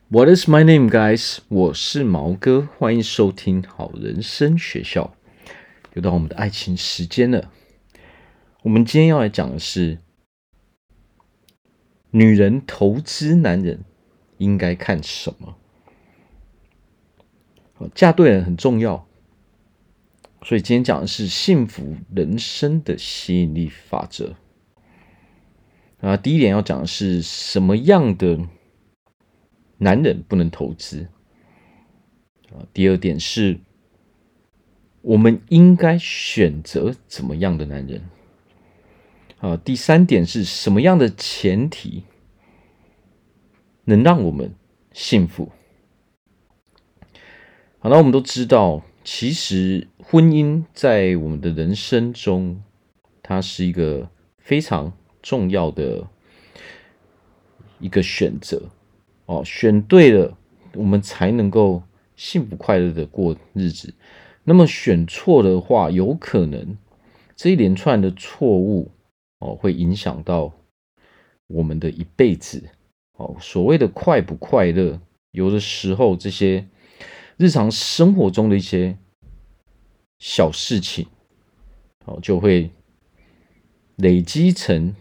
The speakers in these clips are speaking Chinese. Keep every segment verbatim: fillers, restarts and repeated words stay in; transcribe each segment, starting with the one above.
What is my name, guys？ 我是毛哥，欢迎收听好人生学校。又到我们的爱情时间了。我们今天要来讲的是，女人投资男人应该看什么？嫁对人很重要，所以今天讲的是幸福人生的吸引力法则。啊，第一点要讲的是什么样的男人不能投资？第二点是，我们应该选择怎么样的男人？啊，第三点是什么样的前提能让我们幸福？好，那我们都知道，其实婚姻在我们的人生中，它是一个非常重要的一个选择哦。选对了，我们才能够幸福快乐的过日子。那么选错的话，有可能这一连串的错误哦，会影响到我们的一辈子哦。所谓的快不快乐，有的时候这些日常生活中的一些小事情哦，就会累积成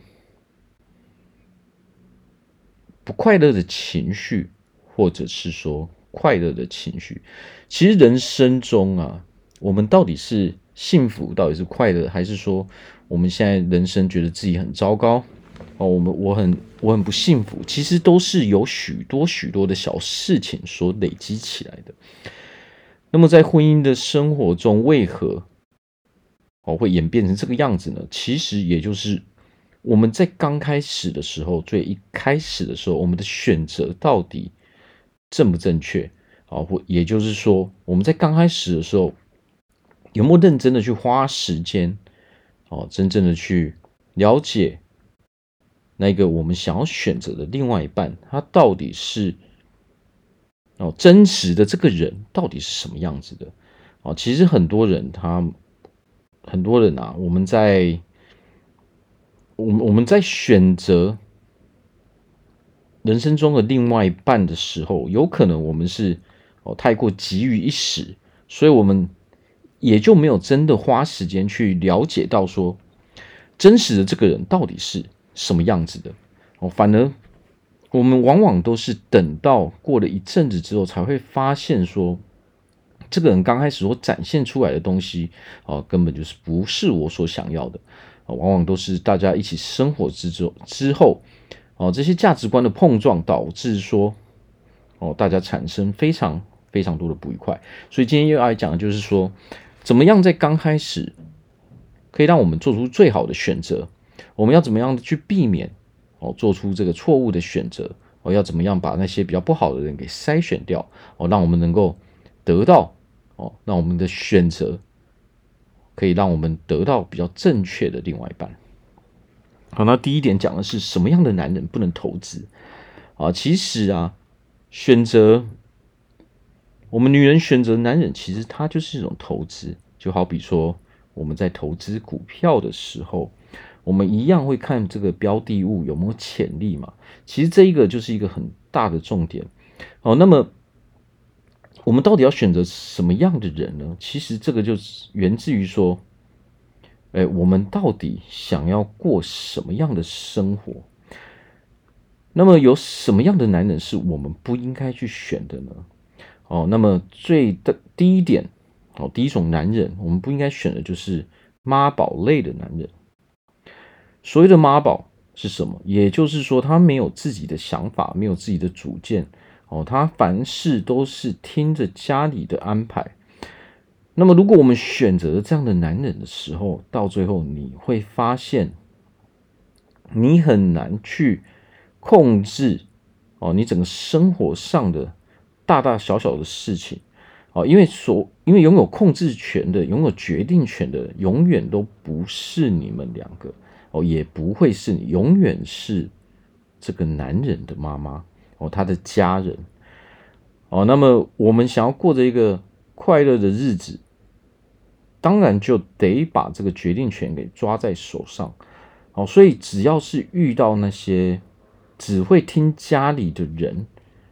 不快乐的情绪，或者是说快乐的情绪。其实人生中啊，我们到底是幸福，到底是快乐，还是说我们现在人生觉得自己很糟糕哦？我们我很我很不幸福，其实都是有许多许多的小事情所累积起来的。那么在婚姻的生活中，为何哦会演变成这个样子呢？其实也就是我们在刚开始的时候，最一开始的时候，我们的选择到底正不正确啊？或也就是说，我们在刚开始的时候，有没有认真的去花时间哦，真正的去了解那个我们想要选择的另外一半，他到底是哦真实的这个人到底是什么样子的？哦，其实很多人他很多人啊，我们在我们我们在选择人生中的另外一半的时候，有可能我们是哦太过急于一时，所以我们也就没有真的花时间去了解到说真实的这个人到底是什么样子的哦。反而我们往往都是等到过了一阵子之后，才会发现说，这个人刚开始所展现出来的东西哦，根本就是不是我所想要的。往往都是大家一起生活之之后，哦，这些价值观的碰撞，导致说，哦，大家产生非常非常多的不愉快。所以今天又要来讲的就是说，怎么样在刚开始可以让我们做出最好的选择？我们要怎么样去避免哦做出这个错误的选择？哦，要怎么样把那些比较不好的人给筛选掉？哦，让我们能够得到哦，让我们的选择可以让我们得到比较正确的另外一半。好，那第一点讲的是什么样的男人不能投资啊？其实啊，选择我们女人选择男人，其实它就是一种投资。就好比说我们在投资股票的时候，我们一样会看这个标的物有没有潜力嘛。其实这一个就是一个很大的重点。哦，那么我们到底要选择什么样的人呢？其实这个就是源自于说，哎，我们到底想要过什么样的生活？那么有什么样的男人是我们不应该去选的呢？哦，那么最的第一点，哦，第一种男人我们不应该选的就是妈宝类的男人。所谓的妈宝是什么？也就是说，他没有自己的想法，没有自己的主见，哦，他凡事都是听着家里的安排。那么，如果我们选择了这样的男人的时候，到最后你会发现，你很难去控制哦，你整个生活上的大大小小的事情哦，因为所因为拥有控制权的、拥有决定权的，永远都不是你们两个哦，也不会是你，永远是这个男人的妈妈哦，他的家人哦。那么，我们想要过着一个快乐的日子，当然就得把这个决定权给抓在手上。好，所以只要是遇到那些只会听家里的人，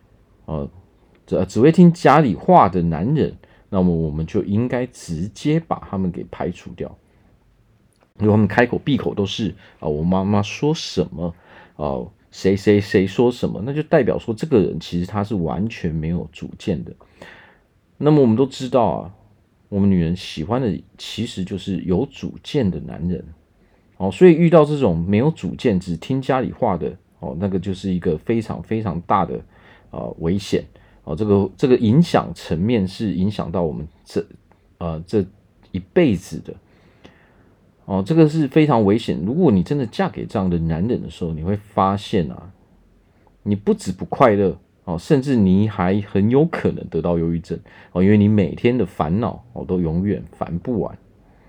呃，只只会听家里话的男人，那么我们就应该直接把他们给排除掉。如果他们开口闭口都是啊、呃，我妈妈说什么，哦、呃，谁谁谁说什么，那就代表说这个人其实他是完全没有主见的。那么我们都知道啊，我们女人喜欢的其实就是有主见的男人。哦，所以遇到这种没有主见、只听家里话的，哦，那个就是一个非常非常大的呃危险。哦，这个这个影响层面是影响到我们这呃这一辈子的。哦，这个是非常危险。如果你真的嫁给这样的男人的时候，你会发现啊，你不止不快乐哦，甚至你还很有可能得到忧郁症哦，因为你每天的烦恼哦都永远烦不完。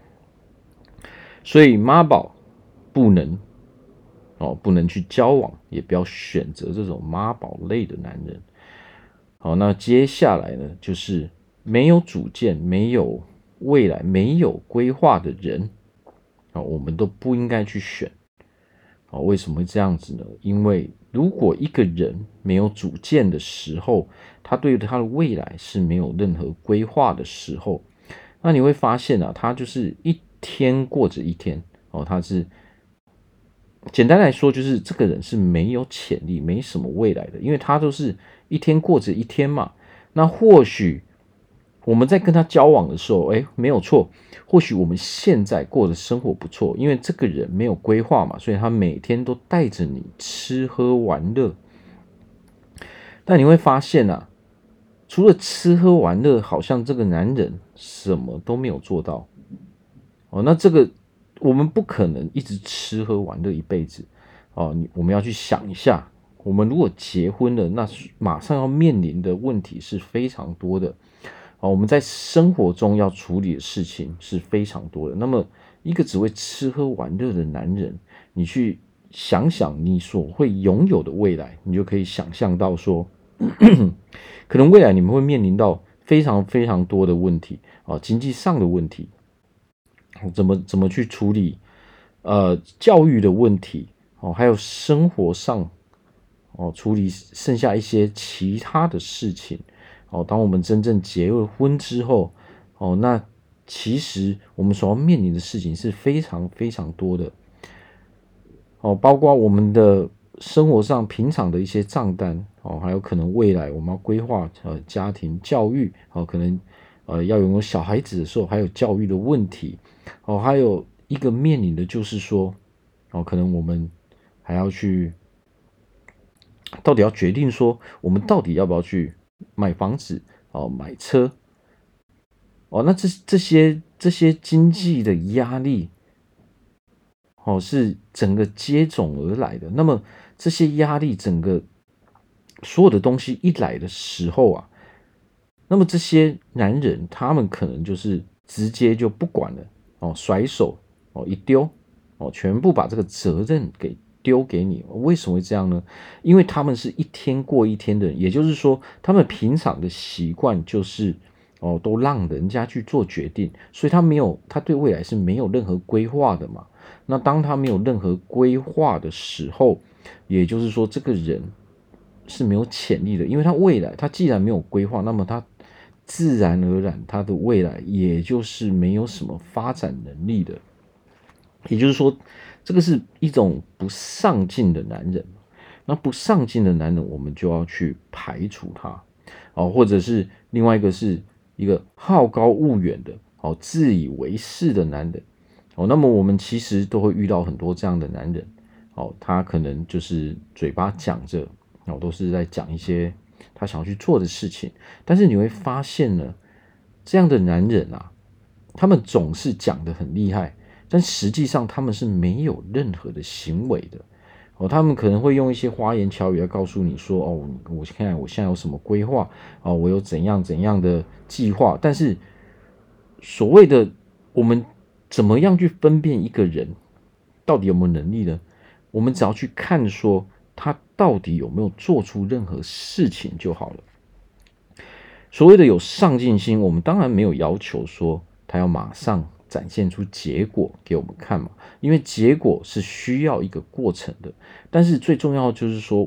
所以妈宝不能哦，不能去交往，也不要选择这种妈宝类的男人。好，那接下来呢，就是没有主见、没有未来、没有规划的人。啊，我们都不应该去选。啊，为什么会这样子呢？因为如果一个人没有主见的时候，他对他的未来是没有任何规划的时候，那你会发现啊，他就是一天过着一天。哦，他是简单来说，就是这个人是没有潜力、没什么未来的，因为他都是一天过着一天嘛。那或许我们在跟他交往的时候，哎，没有错。或许我们现在过的生活不错，因为这个人没有规划嘛，所以他每天都带着你吃喝玩乐。但你会发现啊，除了吃喝玩乐，好像这个男人什么都没有做到。哦，那这个我们不可能一直吃喝玩乐一辈子。哦，你我们要去想一下，我们如果结婚了，那马上要面临的问题是非常多的。哦，我们在生活中要处理的事情是非常多的。那么，一个只会吃喝玩乐的男人，你去想想你所会拥有的未来，你就可以想象到说，可能未来你们会面临到非常非常多的问题啊，经济上的问题，怎么怎么去处理呃教育的问题哦，还有生活上哦处理剩下一些其他的事情。哦，当我们真正结了婚之后，哦，那其实我们所要面临的事情是非常非常多的。哦，包括我们的生活上平常的一些账单，哦，还有可能未来我们要规划呃家庭教育，哦，可能呃要拥有小孩子的时候，还有教育的问题，哦，还有一个面临的就是说，哦，可能我们还要去，到底要决定说，我们到底要不要去买房子哦，买车哦，那这这些这些经济的压力哦，是整个接踵而来的。那么这些压力，整个所有的东西一来的时候啊，那么这些男人他们可能就是直接就不管了哦，甩手哦一丢哦，全部把这个责任给丢给你。为什么会这样呢？因为他们是一天过一天的人，也就是说，他们平常的习惯就是哦，都让人家去做决定，所以他没有，他对未来是没有任何规划的嘛。那当他没有任何规划的时候，也就是说，这个人是没有潜力的，因为他未来他既然没有规划，那么他自然而然他的未来也就是没有什么发展能力的。也就是说，这个是一种不上进的男人。那不上进的男人，我们就要去排除他，哦，或者是另外一个是一个好高骛远的，哦，自以为是的男人。哦，那么我们其实都会遇到很多这样的男人。哦，他可能就是嘴巴讲着，哦，都是在讲一些他想要去做的事情，但是你会发现呢，这样的男人啊，他们总是讲得很厉害，但实际上他们是没有任何的行为的。哦，他们可能会用一些花言巧语来告诉你说，哦，我看我现在有什么规划，哦，我有怎样怎样的计划。但是所谓的我们怎么样去分辨一个人到底有没有能力呢？我们只要去看说他到底有没有做出任何事情就好了。所谓的有上进心，我们当然没有要求说他要马上展现出结果给我们看嘛，因为结果是需要一个过程的。但是最重要的就是说，我们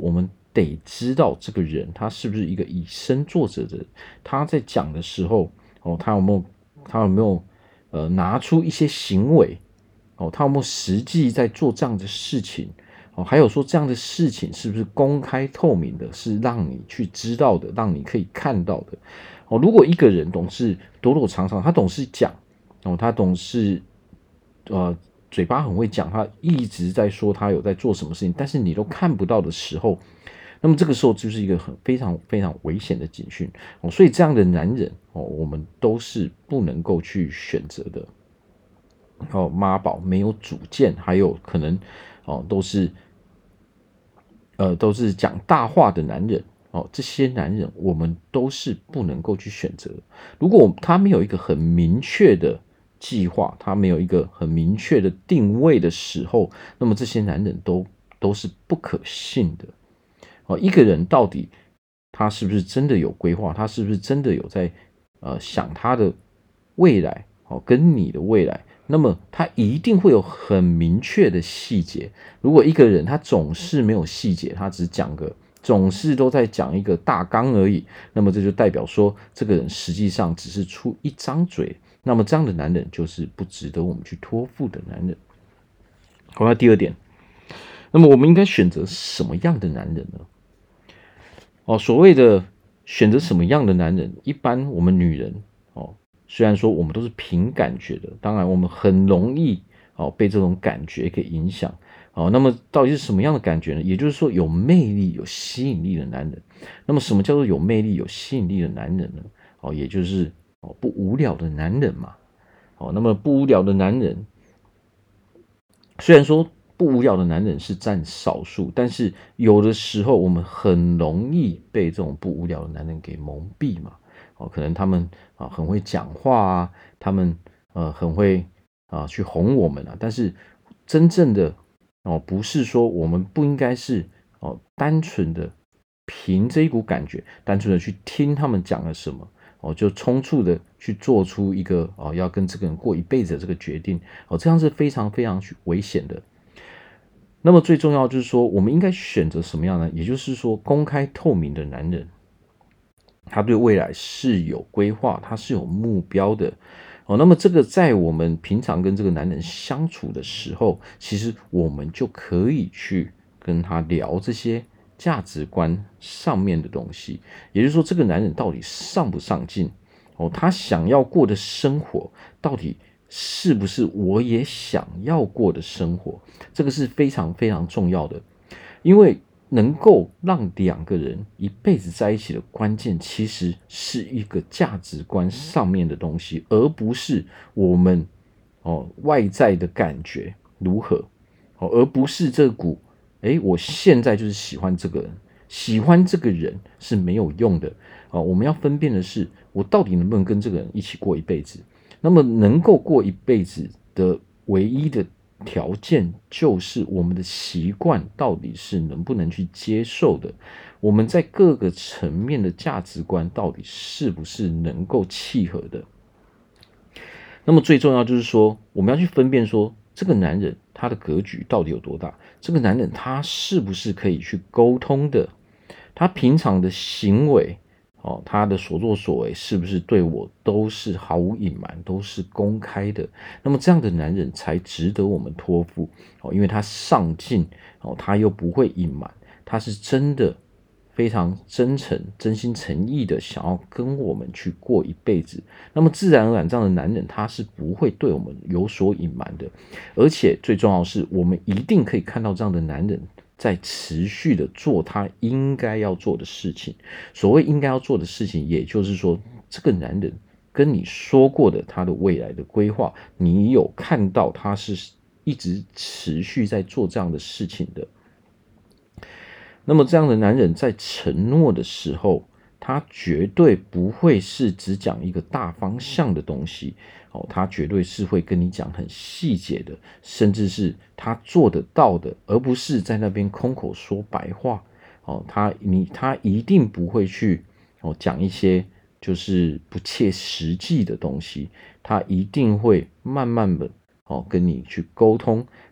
得知道这个人他是不是一个以身作则的人，他在讲的时候，哦，他有没有他有没有呃拿出一些行为，哦，他有没有实际在做这样的事情，哦，还有说这样的事情是不是公开透明的，是让你去知道的，让你可以看到的。哦，如果一个人总是躲躲藏藏，他总是讲，哦，他总是呃嘴巴很会讲，他一直在说他有在做什么事情，但是你都看不到的时候，那么这个时候就是一个很非常非常危险的警讯。哦，所以这样的男人，哦，我们都是不能够去选择的。哦，妈宝没有主见，还有可能哦都是呃都是讲大话的男人。哦，这些男人我们都是不能够去选择。如果他没有一个很明确的计划，他没有一个很明确的定位的时候，那么这些男人都都是不可信的。哦，一个人到底他是不是真的有规划？他是不是真的有在呃想他的未来？哦，跟你的未来，那么他一定会有很明确的细节。如果一个人他总是没有细节，他只讲个。总是都在讲一个大纲而已，那么这就代表说，这个人实际上只是出一张嘴。那么这样的男人就是不值得我们去托付的男人。好，那第二点，那么我们应该选择什么样的男人呢？哦，所谓的选择什么样的男人，一般我们女人哦，虽然说我们都是凭感觉的，当然我们很容易哦被这种感觉给影响。哦，那么到底是什么样的感觉呢？也就是说，有魅力、有吸引力的男人。那么，什么叫做有魅力、有吸引力的男人呢？哦，也就是哦不无聊的男人嘛。哦，那么不无聊的男人，虽然说不无聊的男人是占少数，但是有的时候我们很容易被这种不无聊的男人给蒙蔽嘛。哦，可能他们啊很会讲话啊，他们呃很会啊去哄我们啊，但是真正的哦，不是说我们不应该是哦，单纯的凭这一股感觉，单纯的去听他们讲了什么，哦，就冲促的去做出一个哦要跟这个人过一辈子的这个决定，哦，这样是非常非常危险的。那么最重要就是说，我们应该选择什么样呢？也就是说，公开透明的男人，他对未来是有规划，他是有目标的。哦，那么这个在我们平常跟这个男人相处的时候，其实我们就可以去跟他聊这些价值观上面的东西。也就是说，这个男人到底上不上进？哦，他想要过的生活到底是不是我也想要过的生活？这个是非常非常重要的，因为能够让两个人一辈子在一起的关键，其实是一个价值观上面的东西，而不是我们哦外在的感觉如何，哦，而不是这股诶，我现在就是喜欢这个人，喜欢这个人是没有用的哦。我们要分辨的是，我到底能不能跟这个人一起过一辈子？那么能够过一辈子的唯一的条件就是我们的习惯到底是能不能去接受的，我们在各个层面的价值观到底是不是能够契合的。那么最重要就是说，我们要去分辨说，这个男人他的格局到底有多大，这个男人他是不是可以去沟通的，他平常的行为哦，他的所作所为是不是对我都是毫无隐瞒，都是公开的？那么这样的男人才值得我们托付哦，因为他上进哦，他又不会隐瞒，他是真的非常真诚、真心诚意的想要跟我们去过一辈子。那么自然而然，这样的男人他是不会对我们有所隐瞒的，而且最重要的是，我们一定可以看到这样的男人在持续的做他应该要做的事情。所谓应该要做的事情，也就是说，这个男人跟你说过的他的未来的规划，你有看到他是一直持续在做这样的事情的。那么这样的男人在承诺的时候，他绝对不会是只讲一个大方向的东西哦，他绝对是会跟你讲很细节的，甚至是他做得到的，而不是在那边空口说白话哦。他你他一定不会去哦讲一些就是不切实际的东西，他一定会慢慢的哦跟你去沟通，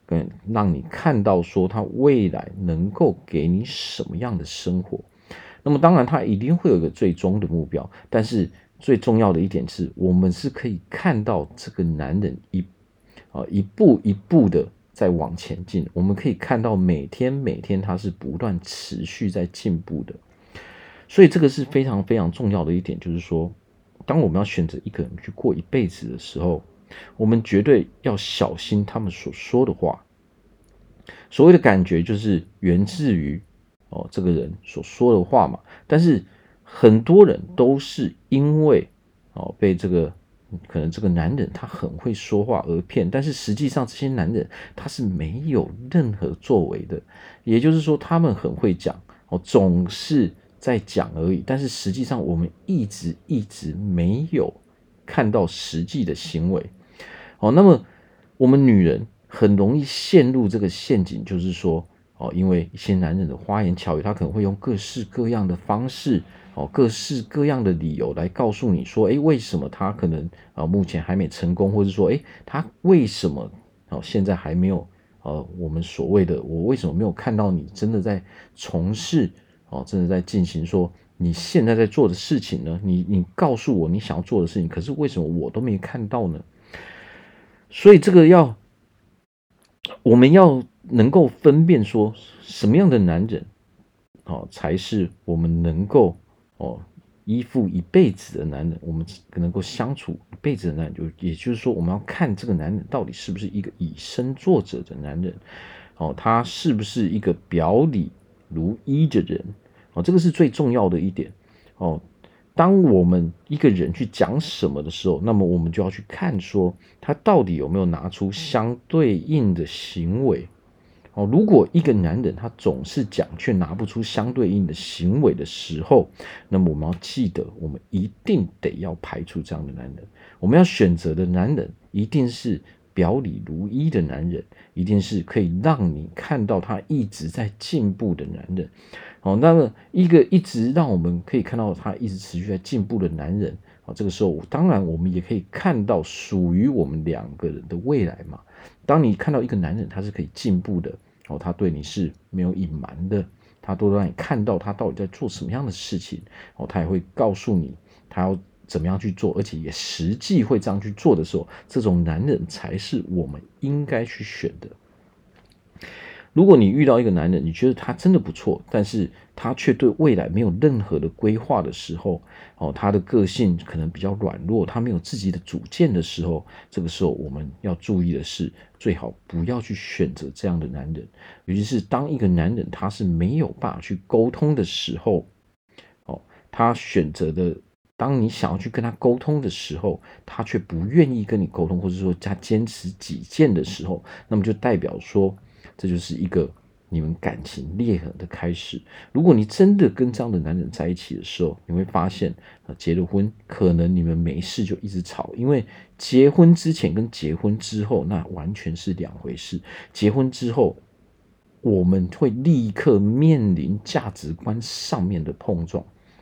跟让你看到说他未来能够给你什么样的生活。那么当然他一定会有一个最终的目标，但是最重要的一点是我们是可以看到这个男人一啊一步一步的在往前进，我们可以看到每天每天他是不断持续在进步的。所以这个是非常非常重要的一点，就是说当我们要选择一个人去过一辈子的时候，我们绝对要小心他们所说的话。所谓的感觉就是源自于哦这个人所说的话嘛，但是很多人都是因为哦被这个可能这个男人他很会说话而骗，但是实际上这些男人他是没有任何作为的，也就是说他们很会讲哦，总是在讲而已，但是实际上我们一直一直没有看到实际的行为。哦，那么我们女人很容易陷入这个陷阱，就是说，哦，因为一些男人的花言巧语，他可能会用各式各样的方式，哦，各式各样的理由来告诉你说，诶，为什么他可能啊目前还没成功，或者说，诶，他为什么哦现在还没有呃我们所谓的我为什么没有看到你真的在从事哦，真的在进行说你现在在做的事情呢？你你告诉我你想要做的事情，可是为什么我都没看到呢？所以这个要，我们要能够分辨说什么样的男人，哦，才是我们能够哦依附一辈子的男人，我们能够相处一辈子的男人，就也就是说，我们要看这个男人到底是不是一个以身作则的男人，哦，他是不是一个表里如一的人，哦，这个是最重要的一点，哦。当我们一个人去讲什么的时候，那么我们就要去看说他到底有没有拿出相对应的行为。哦，如果一个男人他总是讲却拿不出相对应的行为的时候，那么我们要记得，我们一定得要排除这样的男人。我们要选择的男人一定是表里如一的男人，一定是可以让你看到他一直在进步的男人。好，那么一个一直让我们可以看到他一直持续在进步的男人，好，这个时候当然我们也可以看到属于我们两个人的未来嘛。当你看到一个男人他是可以进步的，哦，他对你是没有隐瞒的，他都让你看到他到底在做什么样的事情，哦，他也会告诉你他要怎么样去做，而且也实际会这样去做的时候，这种男人才是我们应该去选的。如果你遇到一个男人，你觉得他真的不错，但是他却对未来没有任何的规划的时候，哦，他的个性可能比较软弱，他没有自己的主见的时候，这个时候我们要注意的是，最好不要去选择这样的男人。尤其是当一个男人他是没有办法去沟通的时候，哦，他选择的，当你想要去跟他沟通的时候，他却不愿意跟你沟通，或者说他坚持己见的时候，那么就代表说，这就是一个你们感情裂痕的开始。如果你真的跟这样的男人在一起的时候，你会发现，结了婚，可能你们没事就一直吵，因为结婚之前跟结婚之后，那完全是两回事。结婚之后，我们会立刻面临价值观上面的碰撞，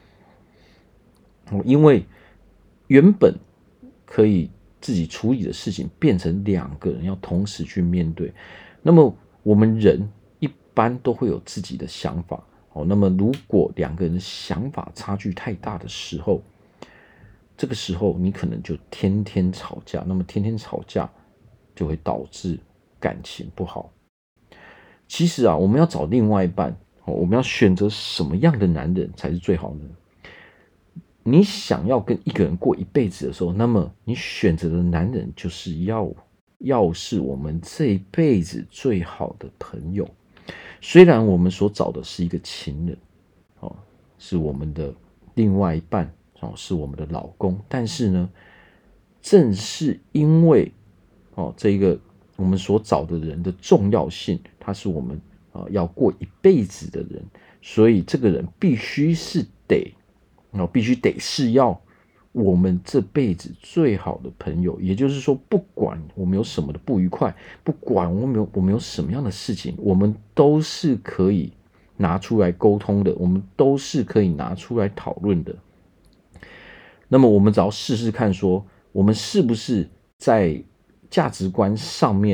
因为原本可以自己处理的事情，变成两个人要同时去面对。那么我们人一般都会有自己的想法，哦，那么如果两个人的想法差距太大的时候，这个时候你可能就天天吵架，那么天天吵架就会导致感情不好。其实啊，我们要找另外一半，我们要选择什么样的男人才是最好呢？你想要跟一个人过一辈子的时候，那么你选择的男人就是要要是我们这一辈子最好的朋友。虽然我们所找的是一个情人，哦，是我们的另外一半，哦，是我们的老公，但是呢，正是因为哦这个我们所找的人的重要性，他是我们啊、呃、要过一辈子的人，所以这个人必须是得。哦，必须得是要我们这辈子最好的朋友，也就是说，不管我们有什么的不愉快，不管我们有我们有什么样的事情，我们都是可以拿出来沟通的，我们都是可以拿出来讨论的。那么，我们只要试试看说，我们是不是在价值观上面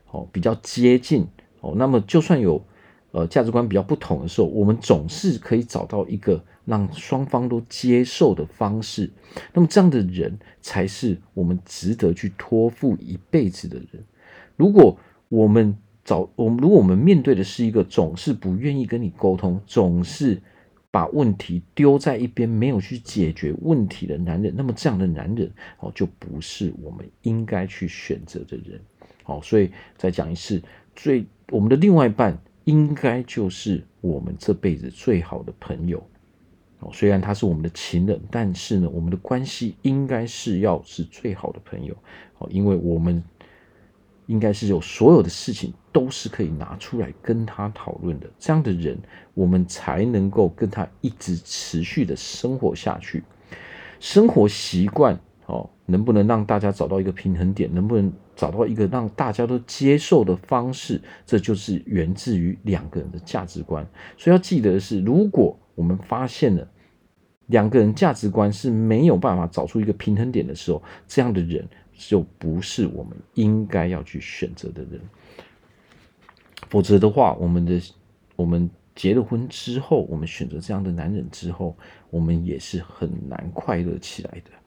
哦比较接近哦，那么就算有呃价值观比较不同的时候，我们总是可以找到一个让双方都接受的方式。那么这样的人才是我们值得去托付一辈子的人。如果我们找我们，如果我们面对的是一个总是不愿意跟你沟通，总是把问题丢在一边，没有去解决问题的男人，那么这样的男人哦，就不是我们应该去选择的人。好，所以再讲一次，最我们的另外一半应该就是我们这辈子最好的朋友。哦，虽然他是我们的情人，但是呢，我们的关系应该是要是最好的朋友。哦，因为我们应该是有所有的事情都是可以拿出来跟他讨论的，这样的人我们才能够跟他一直持续的生活下去。生活习惯哦，能不能让大家找到一个平衡点，能不能找到一个让大家都接受的方式，这就是源自于两个人的价值观。所以要记得的是，如果我们发现了两个人价值观是没有办法找出一个平衡点的时候，这样的人就不是我们应该要去选择的人。否则的话，我们的我们结了婚之后，我们选择这样的男人之后，我们也是很难快乐起来的。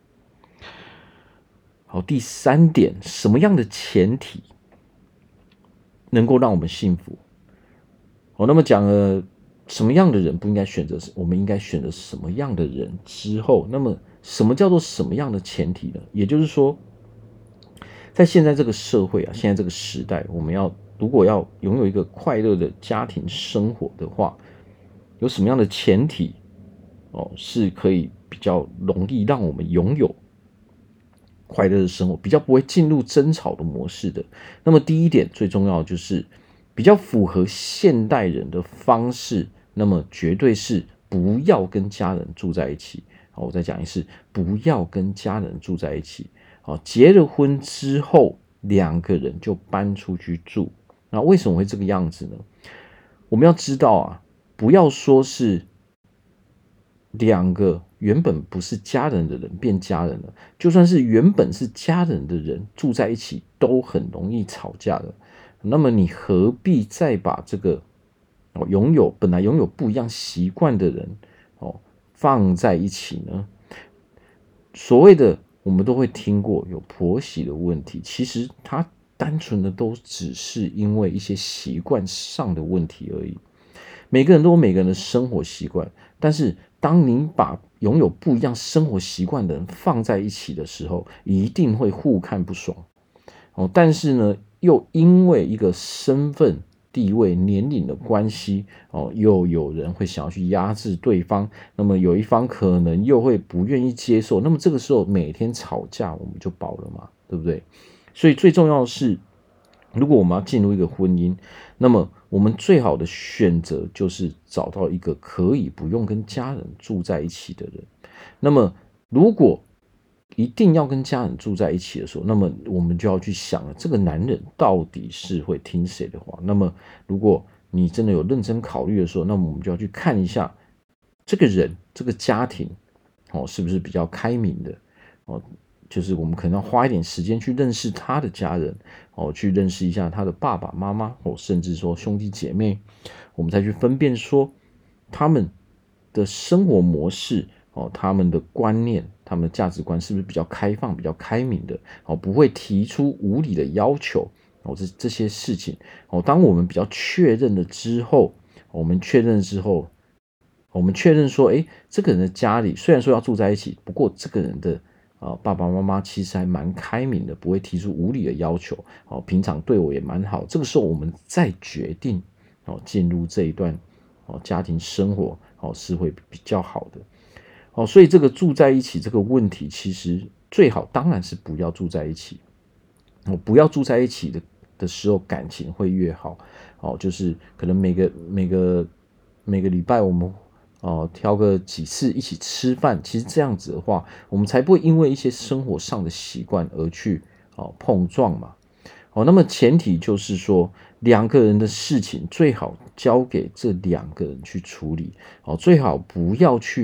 好，第三点，什么样的前提能够让我们幸福？好，那么讲了什么样的人不应该选择，我们应该选择什么样的人之后，那么什么叫做什么样的前提呢？也就是说，在现在这个社会啊，现在这个时代，我们要如果要拥有一个快乐的家庭生活的话，有什么样的前提哦，是可以比较容易让我们拥有快乐的生活，比较不会进入争吵的模式的。那么第一点最重要的就是比较符合现代人的方式，那么绝对是不要跟家人住在一起。好，我再讲一次，不要跟家人住在一起。好，结了婚之后，两个人就搬出去住。那为什么会这个样子呢？我们要知道啊，不要说是两个原本不是家人的人变家人了，就算是原本是家人的人住在一起，都很容易吵架的。那么你何必再把这个哦拥有本来拥有不一样习惯的人哦放在一起呢？所谓的我们都会听过有婆媳的问题，其实它单纯的都只是因为一些习惯上的问题而已。每个人都有每个人的生活习惯，但是当你把拥有不一样生活习惯的人放在一起的时候，一定会互看不爽。哦，但是呢，又因为一个身份、地位、年龄的关系，哦，又有人会想要去压制对方，那么有一方可能又会不愿意接受，那么这个时候每天吵架，我们就饱了嘛，对不对？所以最重要的是，如果我们要进入一个婚姻，那么我们最好的选择就是找到一个可以不用跟家人住在一起的人。那么如果一定要跟家人住在一起的时候，那么我们就要去想了，这个男人到底是会听谁的话？那么如果你真的有认真考虑的时候，那么我们就要去看一下这个人、这个家庭哦，是不是比较开明的哦？就是我们可能要花一点时间去认识他的家人哦，去认识一下他的爸爸妈妈哦，甚至说兄弟姐妹，我们再去分辨说他们的生活模式哦，他们的观念、他们的价值观是不是比较开放、比较开明的哦，不会提出无理的要求哦，这这些事情哦，当我们比较确认了之后，我们确认之后，我们确认说，诶，这个人的家里虽然说要住在一起，不过这个人的啊、爸爸妈妈其实还蛮开明的，不会提出无理的要求哦，平常对我也蛮好。这个时候我们再决定哦进入这一段哦家庭生活哦是会比较好的哦，所以这个住在一起这个问题，其实最好当然是不要住在一起哦，不要住在一起的的时候感情会越好哦，就是可能每个每个每个礼拜我们。哦，挑个几次一起吃饭，其实这样子的话，我们才不会因为一些生活上的习惯而去哦碰撞嘛。哦，那么前提就是说，两个人的事情最好交给这两个人去处理。哦，最好不要去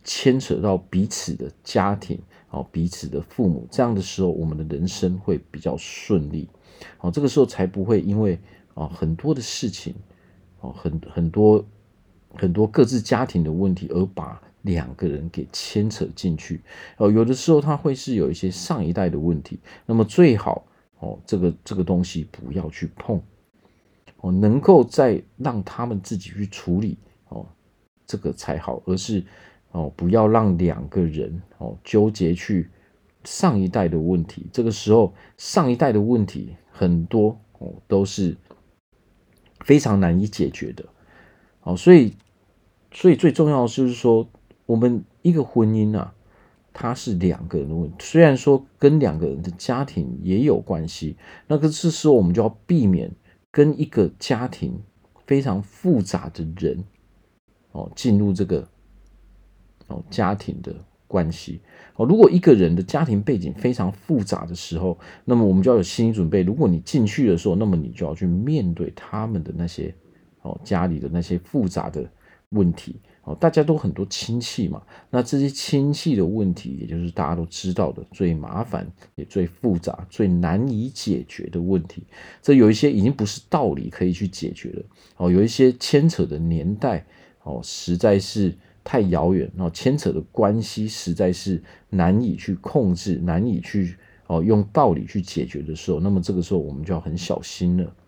牵扯到彼此的家庭，哦，彼此的父母，这样的时候，我们的人生会比较顺利，哦，这个时候才不会因为啊很多的事情，哦，很很多很多各自家庭的问题，而把两个人给牵扯进去，哦，有的时候它会是有一些上一代的问题，那么最好哦，这个这个东西不要去碰，哦，能够再让他们自己去处理，哦，这个才好，而是哦，不要让两个人哦纠结去上一代的问题。这个时候，上一代的问题很多哦都是非常难以解决的。哦，所以，所以最重要的就是说，我们一个婚姻啊，它是两个人的问题。虽然说跟两个人的家庭也有关系，那个是时候我们就要避免跟一个家庭非常复杂的人哦进入这个哦家庭的关系。哦，如果一个人的家庭背景非常复杂的时候，那么我们就要有心理准备。如果你进去的时候，那么你就要去面对他们的那些哦家里的那些复杂的问题。哦，大家都很多亲戚嘛，那这些亲戚的问题，也就是大家都知道的最麻烦、也最复杂、最难以解决的问题。这有一些已经不是道理可以去解决了。哦，有一些牵扯的年代哦，实在是太遥远，然后牵扯的关系实在是难以去控制，难以去哦用道理去解决的时候，那么这个时候我们就要很小心了。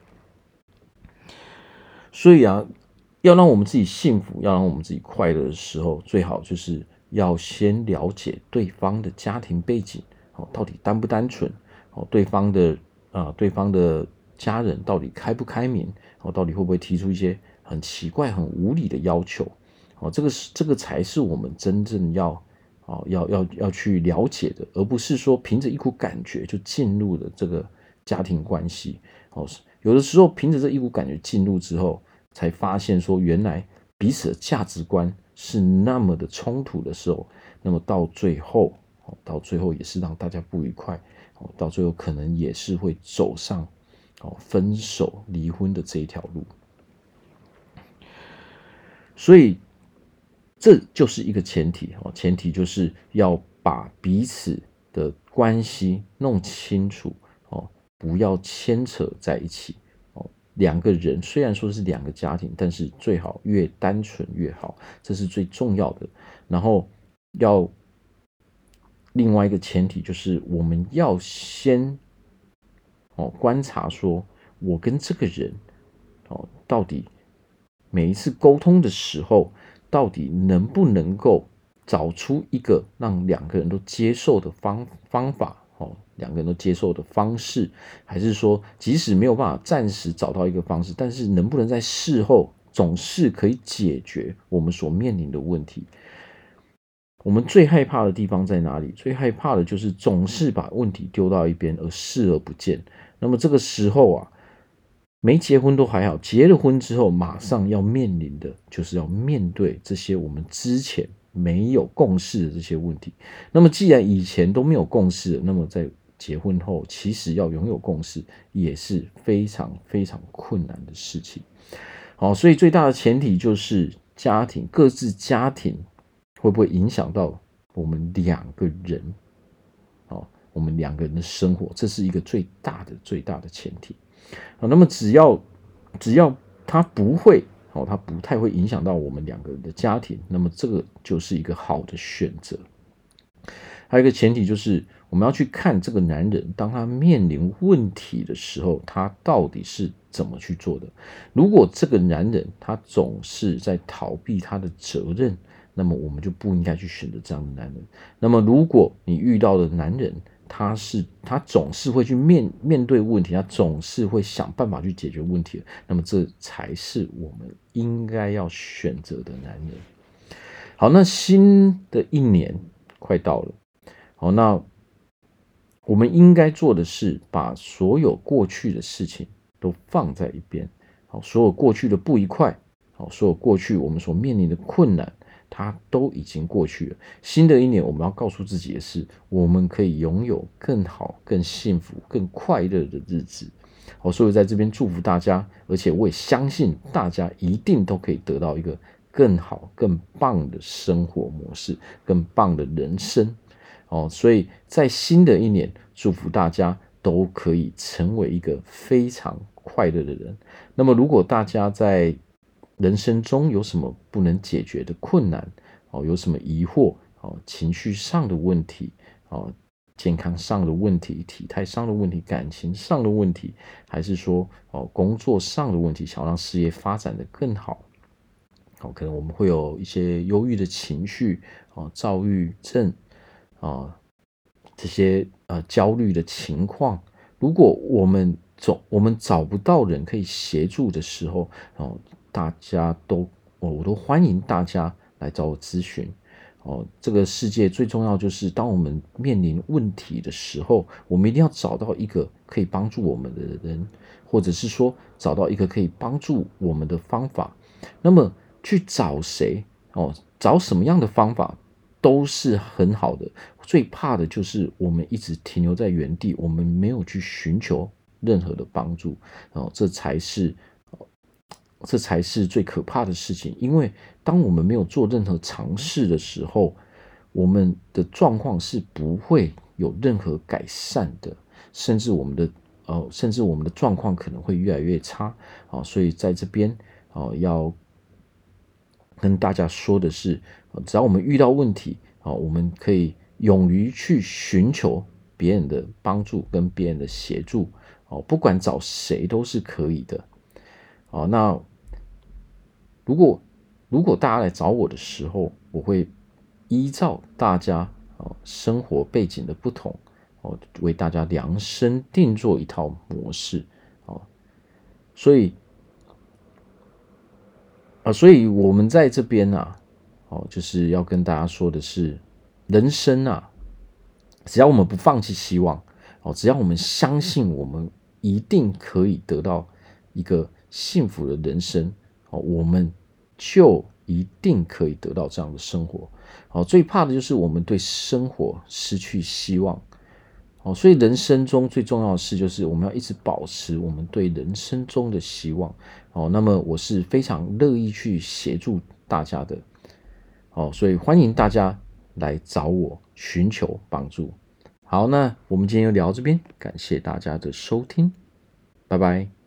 所以啊，要让我们自己幸福，要让我们自己快乐的时候，最好就是要先了解对方的家庭背景，哦，到底单不单纯，哦，对方的啊、呃，对方的家人到底开不开明，哦，到底会不会提出一些很奇怪、很无理的要求，哦，这个是这个才是我们真正要哦要要要去了解的，而不是说凭着一股感觉就进入了这个家庭关系，哦，有的时候凭着这一股感觉进入之后，才发现说原来彼此的价值观是那么的冲突的时候，那么到最后，到最后也是让大家不愉快，到最后可能也是会走上分手、离婚的这一条路。所以这就是一个前提，前提就是要把彼此的关系弄清楚，不要牵扯在一起。两个人虽然说是两个家庭，但是最好越单纯越好，这是最重要的。然后要另外一个前提就是我们要先哦观察说，我跟这个人哦到底每一次沟通的时候，到底能不能够找出一个让两个人都接受的方方法。哦，两个人都接受的方式，还是说即使没有办法暂时找到一个方式，但是能不能在事后总是可以解决我们所面临的问题？我们最害怕的地方在哪里？最害怕的就是总是把问题丢到一边而视而不见。那么这个时候啊，没结婚都还好，结了婚之后马上要面临的就是要面对这些我们之前没有共识的这些问题。那么既然以前都没有共识，那么在结婚后其实要拥有共识也是非常非常困难的事情。好，所以最大的前提就是家庭，各自家庭会不会影响到我们两个人，我们两个人的生活，这是一个最大的最大的前提。那么只要只要它不会哦，它不太会影响到我们两个人的家庭，那么这个就是一个好的选择。还有一个前提就是，我们要去看这个男人，当他面临问题的时候，他到底是怎么去做的。如果这个男人他总是在逃避他的责任，那么我们就不应该去选择这样的男人。那么如果你遇到的男人，他是他总是会去面面对问题，他总是会想办法去解决问题，那么这才是我们应该要选择的男人。好，那新的一年快到了，好，那我们应该做的是把所有过去的事情都放在一边，好，所有过去的不愉快，好，所有过去我们所面临的困难，它都已经过去了。新的一年，我们要告诉自己的是，我们可以拥有更好、更幸福、更快乐的日子。好，所以在这边祝福大家，而且我也相信大家一定都可以得到一个更好、更棒的生活模式，更棒的人生。哦，所以在新的一年，祝福大家都可以成为一个非常快乐的人。那么，如果大家在人生中有什么不能解决的困难，哦，有什么疑惑，哦，情绪上的问题，哦，健康上的问题，体态上的问题，感情上的问题，还是说哦工作上的问题，想让事业发展的更好，哦，可能我们会有一些忧郁的情绪，哦，躁郁症，啊，这些呃焦虑的情况，如果我们总我们找不到人可以协助的时候，哦，大家都哦我都欢迎大家来找我咨询。哦，这个世界最重要就是当我们面临问题的时候，我们一定要找到一个可以帮助我们的人，或者是说找到一个可以帮助我们的方法。那么去找谁哦，找什么样的方法都是很好的。最怕的就是我们一直停留在原地，我们没有去寻求任何的帮助哦，这才是这才是最可怕的事情。因为当我们没有做任何尝试的时候，我们的状况是不会有任何改善的，甚至我们的呃，甚至我们的状况可能会越来越差啊。所以在这边啊，要跟大家说的是，只要我们遇到问题啊，我们可以勇于去寻求别人的帮助跟别人的协助哦，不管找谁都是可以的。哦，那如果如果大家来找我的时候，我会依照大家哦生活背景的不同哦，为大家量身定做一套模式哦，所以啊，所以我们在这边啊，哦，就是要跟大家说的是，人生啊，只要我们不放弃希望，哦，只要我们相信我们一定可以得到一个幸福的人生，哦，我们就一定可以得到这样的生活。哦，最怕的就是我们对生活失去希望。哦，所以人生中最重要的事就是我们要一直保持我们对人生中的希望。哦，那么我是非常乐意去协助大家的。哦，所以欢迎大家来找我寻求帮助。好，那我们今天就聊这边，感谢大家的收听，拜拜。